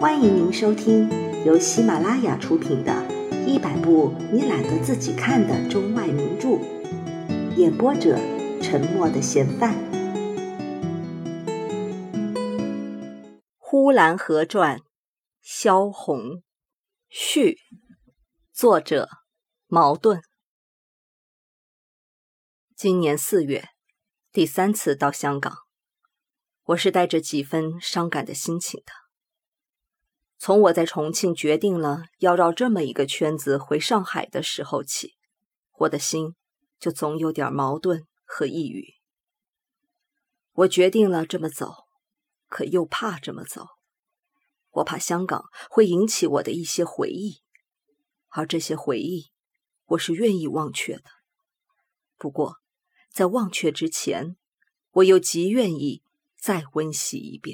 欢迎您收听由喜马拉雅出品的100部你懒得自己看的中外名著，演播者沉默的嫌犯。呼兰河传，萧红，序，作者茅盾。今年4月，第3次到香港，我是带着几分伤感的心情的。从我在重庆决定了要绕这么一个圈子回上海的时候起，我的心就总有点矛盾和抑郁。我决定了这么走，可又怕这么走。我怕香港会引起我的一些回忆，而这些回忆我是愿意忘却的。不过在忘却之前，我又极愿意再温习一遍。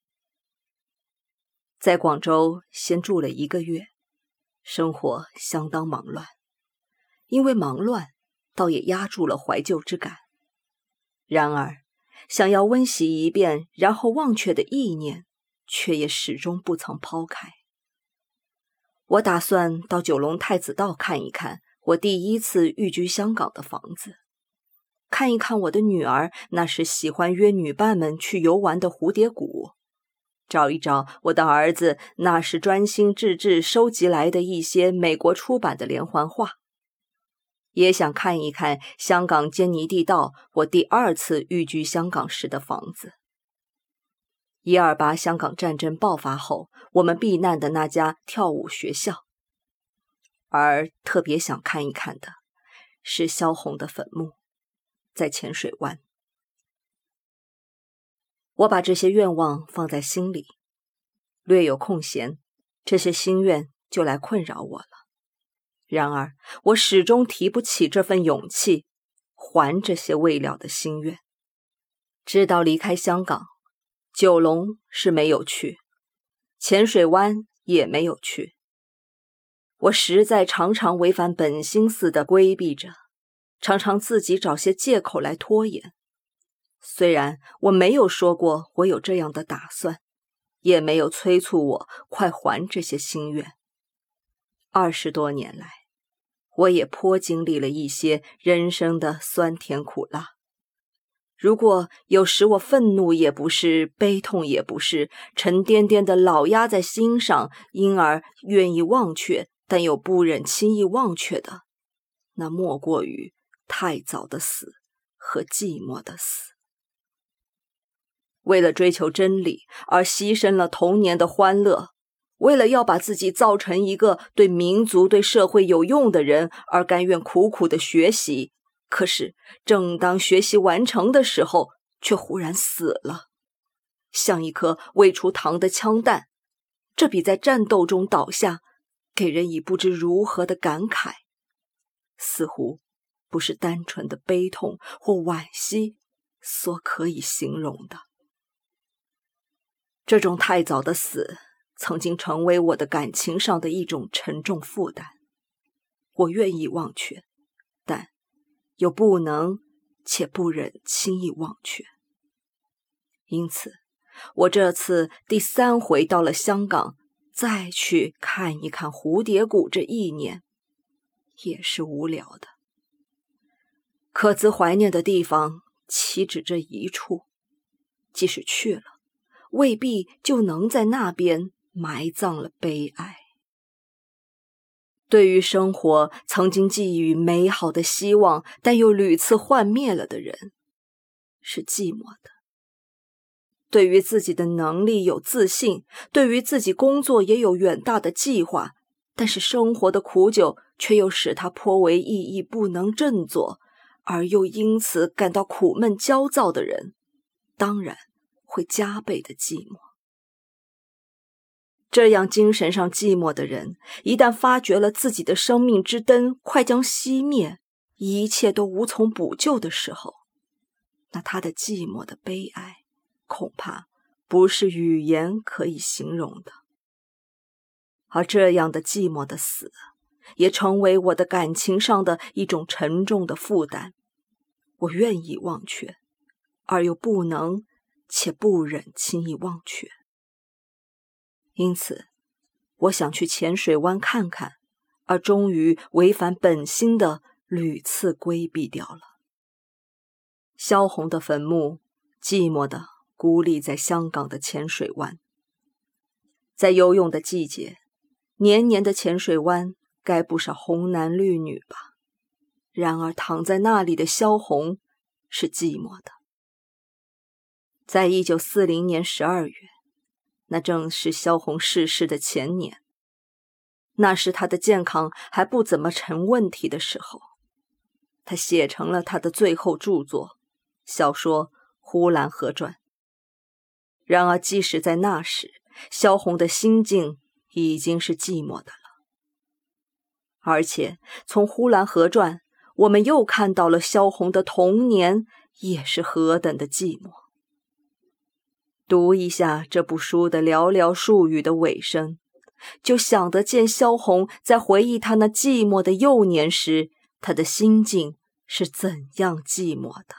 在广州先住了1个月，生活相当忙乱，因为忙乱倒也压住了怀旧之感。然而想要温习一遍然后忘却的意念却也始终不曾抛开。我打算到九龙太子道看一看我第1次寓居香港的房子，看一看我的女儿那时喜欢约女伴们去游玩的蝴蝶谷，找一找我的儿子那时专心致志收集来的一些美国出版的连环画，也想看一看香港坚尼地道我第2次寓居香港时的房子。128香港战争爆发后，我们避难的那家跳舞学校。而特别想看一看的是萧红的坟墓，在浅水湾。我把这些愿望放在心里，略有空闲，这些心愿就来困扰我了。然而我始终提不起这份勇气还这些未了的心愿。直到离开香港，九龙是没有去，浅水湾也没有去。我实在常常违反本心似的规避着，常常自己找些借口来拖延。虽然我没有说过我有这样的打算，也没有催促我快还这些心愿。20多年来，我也颇经历了一些人生的酸甜苦辣。如果有时我愤怒也不是，悲痛也不是，沉甸甸的老压在心上，因而愿意忘却，但又不忍轻易忘却的，那莫过于太早的死和寂寞的死。为了追求真理而牺牲了童年的欢乐，为了要把自己造成一个对民族对社会有用的人而甘愿苦苦的学习，可是正当学习完成的时候却忽然死了，像一颗未出膛的枪弹。这比在战斗中倒下给人以不知如何的感慨，似乎不是单纯的悲痛或惋惜所可以形容的。这种太早的死曾经成为我的感情上的一种沉重负担。我愿意忘却，但又不能且不忍轻易忘却。因此我这次第3回到了香港，再去看一看蝴蝶谷这意念也是无聊的。可资怀念的地方岂止这一处，即使去了，未必就能在那边埋葬了悲哀。对于生活曾经寄予美好的希望，但又屡次幻灭了的人，是寂寞的。对于自己的能力有自信，对于自己工作也有远大的计划，但是生活的苦酒却又使他颇为意义不能振作，而又因此感到苦闷焦躁的人，当然会加倍的寂寞。这样精神上寂寞的人，一旦发觉了自己的生命之灯快将熄灭，一切都无从补救的时候，那他的寂寞的悲哀恐怕不是语言可以形容的。而这样的寂寞的死，也成为我的感情上的一种沉重的负担。我愿意忘却，而又不能且不忍轻易忘却。 因此我想去浅水湾看看，而终于违反本心的屡次规避掉了。萧红的坟墓寂寞地孤立在香港的浅水湾。在游泳的季节，年年的浅水湾该不少红男绿女吧，然而躺在那里的萧红是寂寞的。在1940年12月，那正是萧红逝世的前年，那时她的健康还不怎么成问题的时候，她写成了她的最后著作小说《呼兰河传》。然而即使在那时，萧红的心境已经是寂寞的了。而且从《呼兰河传》，我们又看到了萧红的童年也是何等的寂寞。读一下这部书的寥寥数语的尾声，就想得见萧红在回忆她那寂寞的幼年时，她的心境是怎样寂寞的。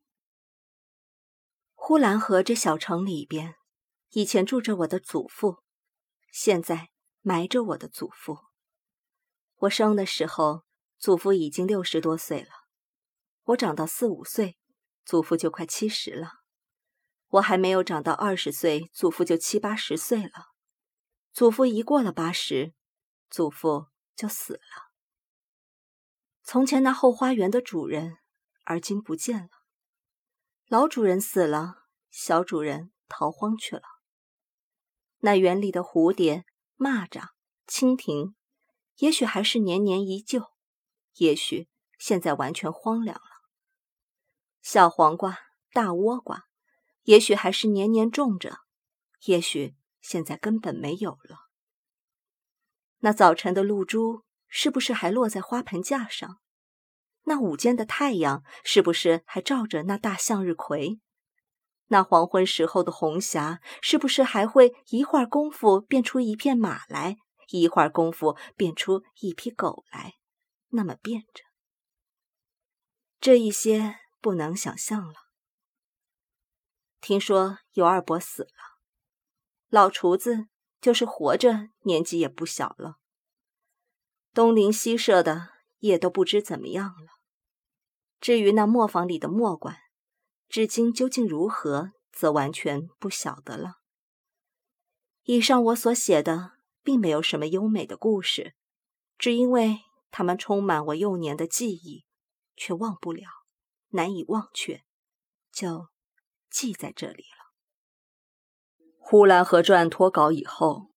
呼兰河这小城里边，以前住着我的祖父，现在埋着我的祖父。我生的时候，祖父已经60多岁了。我长到4、5岁，祖父就快70了。我还没有长到20岁，祖父就70、80岁了。祖父一过了80，祖父就死了。从前那后花园的主人，而今不见了。老主人死了，小主人逃荒去了。那园里的蝴蝶、蚂蚱、蜻蜓，也许还是年年依旧，也许现在完全荒凉了。小黄瓜、大倭瓜，也许还是年年种着，也许现在根本没有了。那早晨的露珠是不是还落在花盆架上？那午间的太阳是不是还照着那大向日葵？那黄昏时候的红霞是不是还会一会儿功夫变出一片马来，一会儿功夫变出一匹狗来，那么变着？这一些不能想象了。听说尤二伯死了，老厨子就是活着年纪也不小了，东邻西舍的也都不知怎么样了。至于那磨坊里的磨官，至今究竟如何，则完全不晓得了。以上我所写的并没有什么优美的故事，只因为它们充满我幼年的记忆，却忘不了，难以忘却，就记在这里了。《呼兰河传》脱稿以后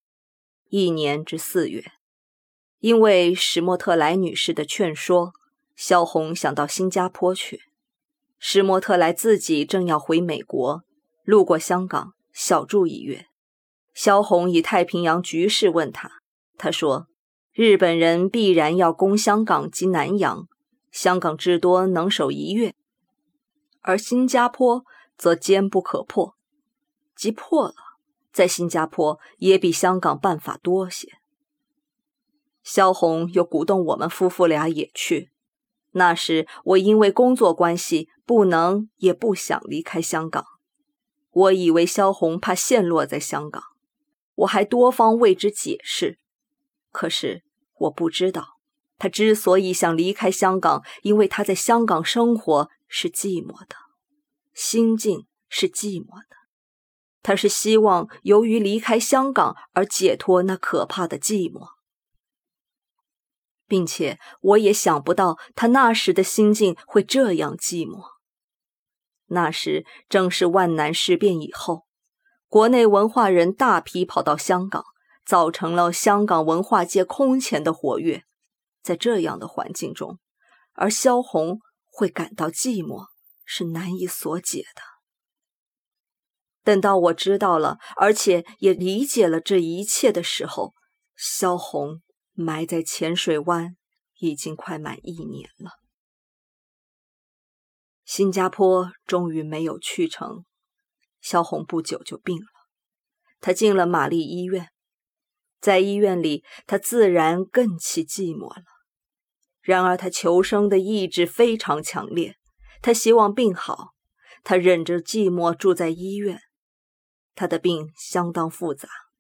1年至4月，因为史莫特莱女士的劝说，萧红想到新加坡去。史莫特莱自己正要回美国，路过香港小住1月。萧红以太平洋局势问他，他说日本人必然要攻香港及南洋，香港至多能守1月，而新加坡则坚不可破，即破了，在新加坡也比香港办法多些。萧红又鼓动我们夫妇俩也去。那时我因为工作关系不能也不想离开香港，我以为萧红怕陷落在香港，我还多方为之解释。可是我不知道，他之所以想离开香港，因为他在香港生活是寂寞的，心境是寂寞的。他是希望由于离开香港而解脱那可怕的寂寞。并且我也想不到他那时的心境会这样寂寞。那时正是万南事变以后，国内文化人大批跑到香港，造成了香港文化界空前的活跃。在这样的环境中，而萧红会感到寂寞，是难以所解的。等到我知道了，而且也理解了这一切的时候，萧红埋在浅水湾已经快满1年了。新加坡终于没有去成，萧红不久就病了。她进了玛丽医院，在医院里她自然更其寂寞了。然而她求生的意志非常强烈，她希望病好，她忍着寂寞住在医院。她的病相当复杂，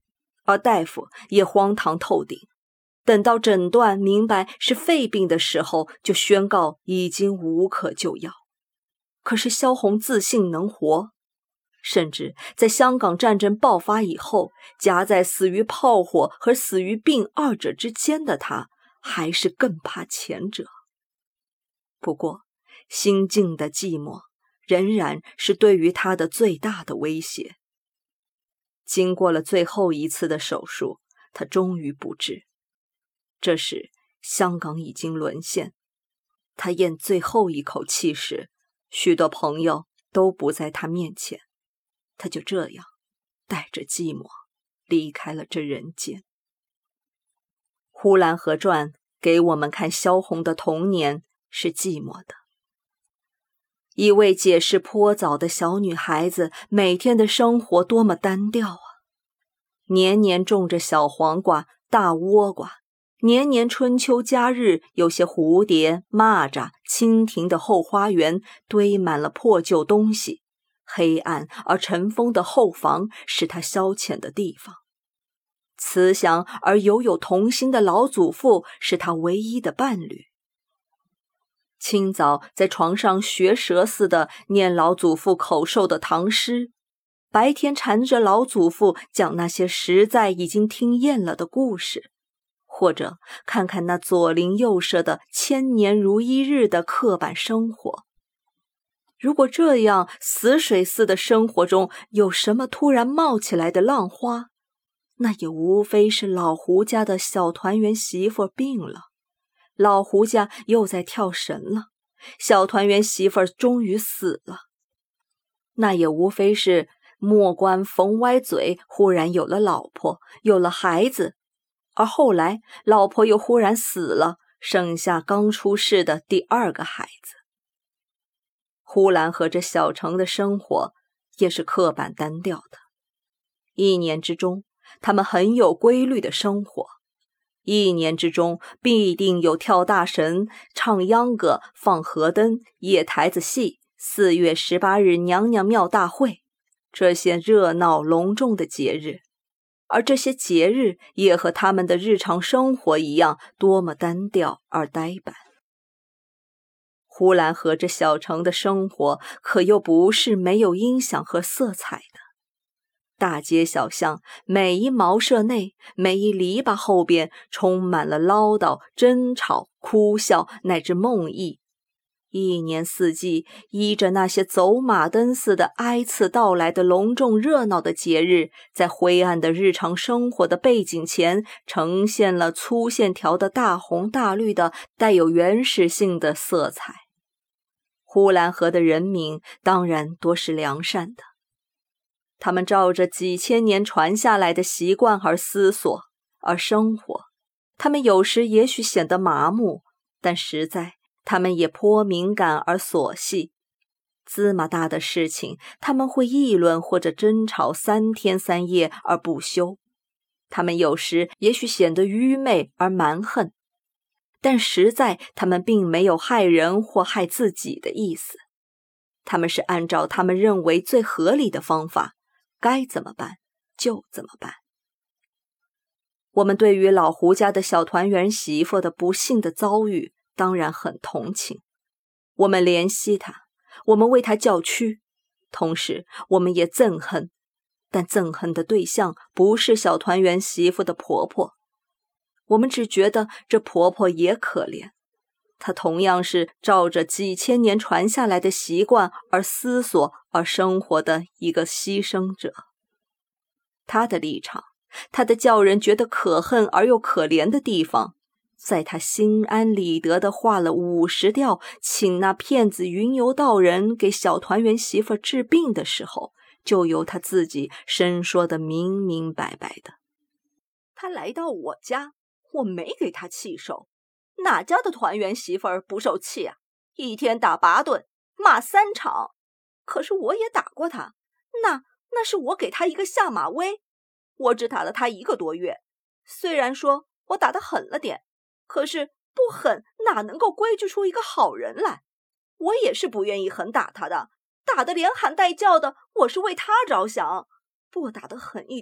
而大夫也荒唐透顶。等到诊断明白是肺病的时候，就宣告已经无可救药。可是萧红自信能活，甚至在香港战争爆发以后，夹在死于炮火和死于病二者之间的他，还是更怕前者。不过，心境的寂寞仍然是对于他的最大的威胁。经过了最后一次的手术，他终于不治。这时，香港已经沦陷。他咽最后一口气时，许多朋友都不在他面前。他就这样带着寂寞离开了这人间。《呼兰河传》给我们看萧红的童年是寂寞的。一位解释颇早的小女孩子，每天的生活多么单调啊！年年种着小黄瓜、大倭瓜，年年春秋佳日，有些蝴蝶、蚂蚱、蜻蜓的后花园堆满了破旧东西。黑暗而尘封的后房是他消遣的地方，慈祥而犹有童心的老祖父是他唯一的伴侣。清早在床上学蛇似的念老祖父口授的唐诗，白天缠着老祖父讲那些实在已经听厌了的故事，或者看看那左邻右舍的千年如一日的刻板生活。如果这样死水似的生活中有什么突然冒起来的浪花，那也无非是老胡家的小团圆媳妇病了，老胡家又在跳神了，小团圆媳妇终于死了。那也无非是末官冯歪嘴忽然有了老婆，有了孩子，而后来老婆又忽然死了，剩下刚出世的第二个孩子。呼兰河这小城的生活也是刻板单调的。一年之中，他们很有规律的生活。一年之中，必定有跳大神、唱秧歌、放河灯、野台子戏、4月18日娘娘庙大会，这些热闹隆重的节日。而这些节日也和他们的日常生活一样，多么单调而呆板。呼兰河这小城的生活可又不是没有音响和色彩的。大街小巷，每一茅舍内，每一篱笆后边，充满了唠叨、争吵、哭笑，乃至梦呓。一年四季，依着那些走马灯似的挨次到来的隆重热闹的节日，在灰暗的日常生活的背景前，呈现了粗线条的大红大绿的带有原始性的色彩。呼兰河的人民当然多是良善的，他们照着几千年传下来的习惯而思索，而生活。他们有时也许显得麻木，但实在他们也颇敏感而琐细。芝麻大的事情，他们会议论或者争吵3天3夜而不休。他们有时也许显得愚昧而蛮横，但实在他们并没有害人或害自己的意思。他们是按照他们认为最合理的方法，该怎么办就怎么办。我们对于老胡家的小团圆媳妇的不幸的遭遇当然很同情，我们怜惜她，我们为她叫屈，同时我们也憎恨，但憎恨的对象不是小团圆媳妇的婆婆。我们只觉得这婆婆也可怜，她同样是照着几千年传下来的习惯而思索而生活的一个牺牲者。她的立场，她的叫人觉得可恨而又可怜的地方，在她心安理得地画了50调，请那骗子云游道人给小团圆媳妇治病的时候，就由她自己申说得明明白白的。她来到我家，我没给她气受，哪家的团圆媳妇不受气啊？一天打8顿，骂3场。可是我也打过她，那是我给她一个下马威。我只打了她1个多月，虽然说我打得狠了点，可是不狠哪能够规矩出一个好人来？我也是不愿意狠打她的，打得连喊带叫的，我是为她着想。不打得狠一点，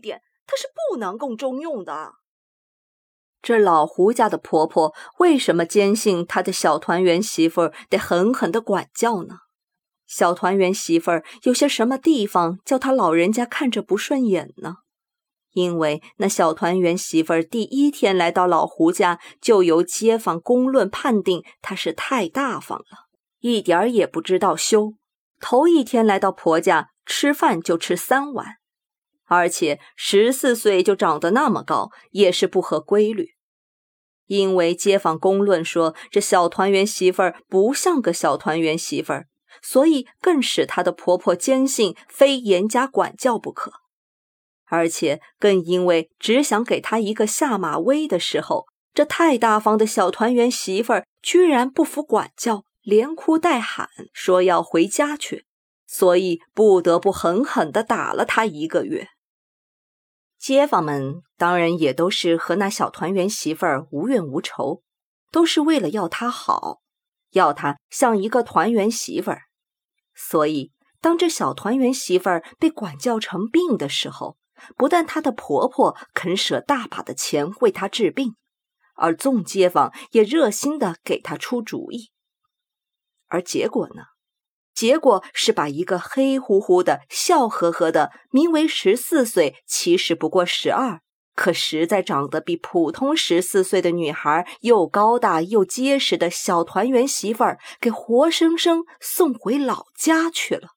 它是不能供中用的。这老胡家的婆婆为什么坚信她的小团圆媳妇儿得狠狠地管教呢？小团圆媳妇儿有些什么地方叫她老人家看着不顺眼呢？因为那小团圆媳妇儿第一天来到老胡家，就由街坊公论判定她是太大方了，一点儿也不知道羞。头一天来到婆家，吃饭就吃3碗，而且14岁就长得那么高，也是不合规律。因为街坊公论说这小团圆媳妇儿不像个小团圆媳妇儿，所以更使她的婆婆坚信非严加管教不可。而且更因为只想给她一个下马威的时候，这太大方的小团圆媳妇儿居然不服管教，连哭带喊说要回家去，所以不得不狠狠地打了她1个月。街坊们当然也都是和那小团圆媳妇儿无怨无仇，都是为了要她好，要她像一个团圆媳妇儿。所以当这小团圆媳妇儿被管教成病的时候，不但她的婆婆肯舍大把的钱为她治病，而众街坊也热心地给她出主意。而结果呢？结果是把一个黑乎乎的、笑呵呵的、名为14岁，其实不过12，可实在长得比普通14岁的女孩又高大又结实的小团圆媳妇儿，给活生生送回老家去了。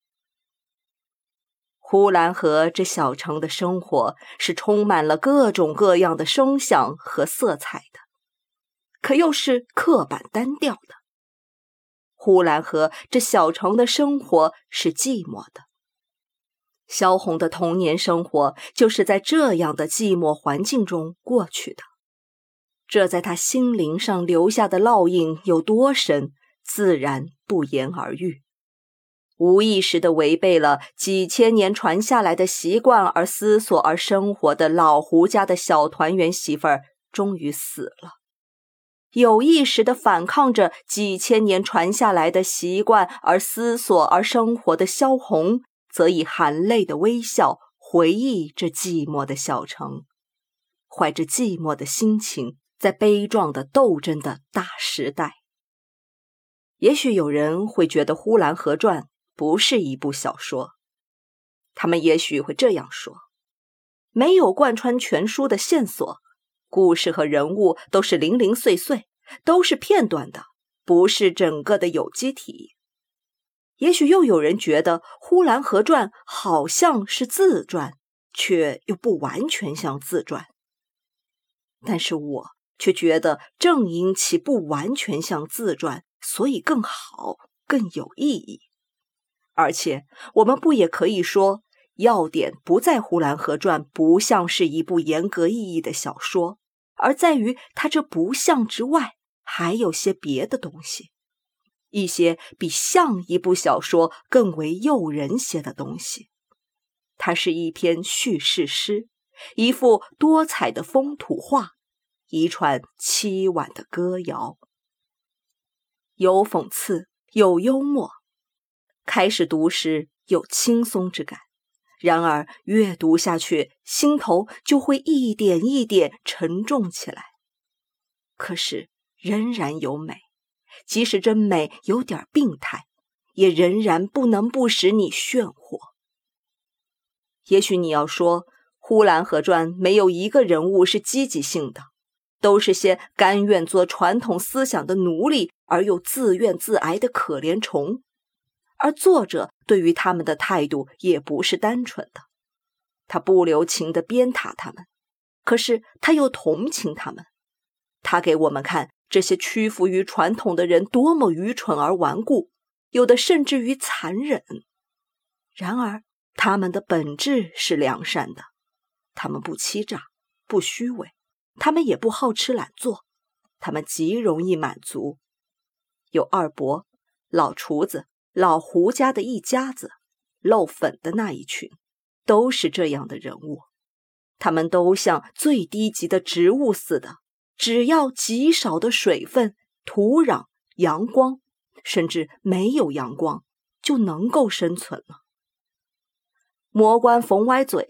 呼兰河这小城的生活是充满了各种各样的声响和色彩的，可又是刻板单调的。呼兰河这小城的生活是寂寞的。萧红的童年生活就是在这样的寂寞环境中过去的。这在他心灵上留下的烙印有多深，自然不言而喻。无意识地违背了几千年传下来的习惯而思索而生活的老胡家的小团圆媳妇儿终于死了。有意识地反抗着几千年传下来的习惯而思索而生活的萧红，则以含泪的微笑回忆这寂寞的小城，怀着寂寞的心情，在悲壮的斗争的大时代。也许有人会觉得《呼兰河传》不是一部小说，他们也许会这样说：没有贯穿全书的线索，故事和人物都是零零碎碎，都是片段的，不是整个的有机体。也许又有人觉得《呼兰河传》好像是自传，却又不完全像自传。但是我却觉得正因其不完全像自传，所以更好，更有意义。而且我们不也可以说，要点不在《呼兰河传》不像是一部严格意义的小说，而在于它这不像之外还有些别的东西，一些比像一部小说更为诱人些的东西。它是一篇叙事诗，一幅多彩的风土画，一串凄婉的歌谣，有讽刺，有幽默。开始读时有轻松之感，然而越读下去，心头就会一点一点沉重起来。可是仍然有美，即使这美有点病态，也仍然不能不使你炫惑。也许你要说，《呼兰河传》没有一个人物是积极性的，都是些甘愿做传统思想的奴隶而又自怨自艾的可怜虫，而作者对于他们的态度也不是单纯的。他不留情地鞭挞他们，可是他又同情他们。他给我们看这些屈服于传统的人多么愚蠢而顽固，有的甚至于残忍。然而他们的本质是良善的，他们不欺诈，不虚伪，他们也不好吃懒做，他们极容易满足。有二伯、老厨子、老胡家的一家子，漏粉的那一群，都是这样的人物。他们都像最低级的植物似的，只要极少的水分、土壤、阳光，甚至没有阳光，就能够生存了。魔官冯歪嘴子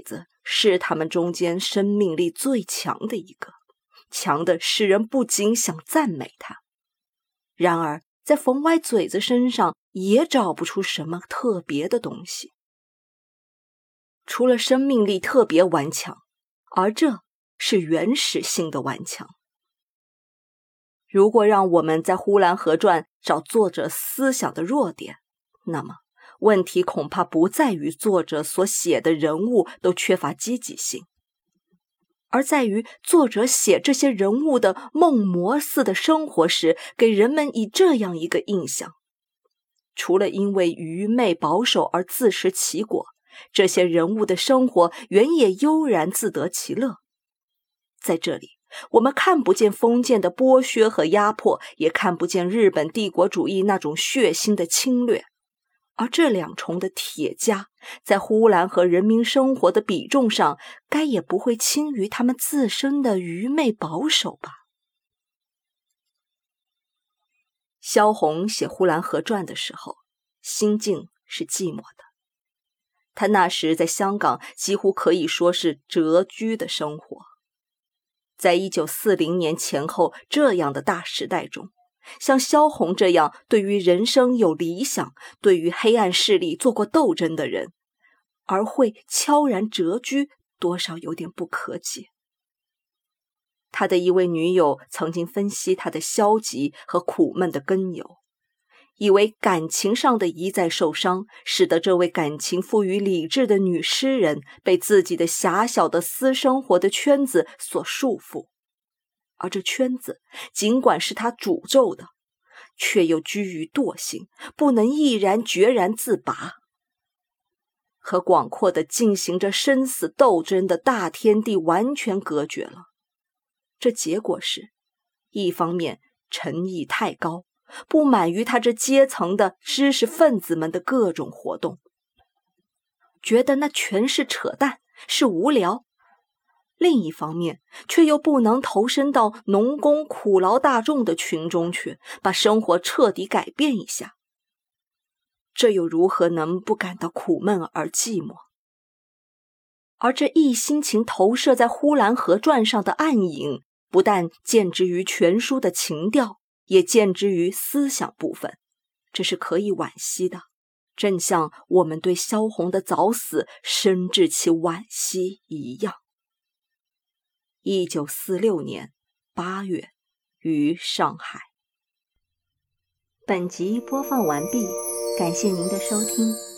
是他们中间生命力最强的一个，强的使人不禁想赞美他。然而在冯歪嘴子身上也找不出什么特别的东西，除了生命力特别顽强，而这是原始性的顽强。如果让我们在《呼兰河传》找作者思想的弱点，那么问题恐怕不在于作者所写的人物都缺乏积极性，而在于作者写这些人物的梦魔似的生活时，给人们以这样一个印象：除了因为愚昧保守而自食其果，这些人物的生活原也悠然自得其乐。在这里，我们看不见封建的剥削和压迫，也看不见日本帝国主义那种血腥的侵略，而这两重的铁枷在呼兰和人民生活的比重上，该也不会轻于他们自身的愚昧保守吧。萧红写《呼兰河传》的时候，心境是寂寞的。他那时在香港几乎可以说是谪居的生活。在1940年前后这样的大时代中，像萧红这样对于人生有理想，对于黑暗势力做过斗争的人，而会悄然谪居，多少有点不可解。他的一位女友曾经分析他的消极和苦闷的根由，以为感情上的一再受伤，使得这位感情富于理智的女诗人被自己的狭小的私生活的圈子所束缚，而这圈子尽管是他诅咒的，却又居于惰性，不能毅然决然自拔，和广阔的进行着生死斗争的大天地完全隔绝了。这结果是，一方面诚意太高，不满于他这阶层的知识分子们的各种活动，觉得那全是扯淡，是无聊；另一方面却又不能投身到农工苦劳大众的群中去，把生活彻底改变一下。这又如何能不感到苦闷而寂寞？而这一心情投射在《呼兰河传》上的暗影，不但见之于全书的情调，也见之于思想部分，这是可以惋惜的，正像我们对萧红的早死深致其惋惜一样。1946年8月，于上海。本集播放完毕，感谢您的收听。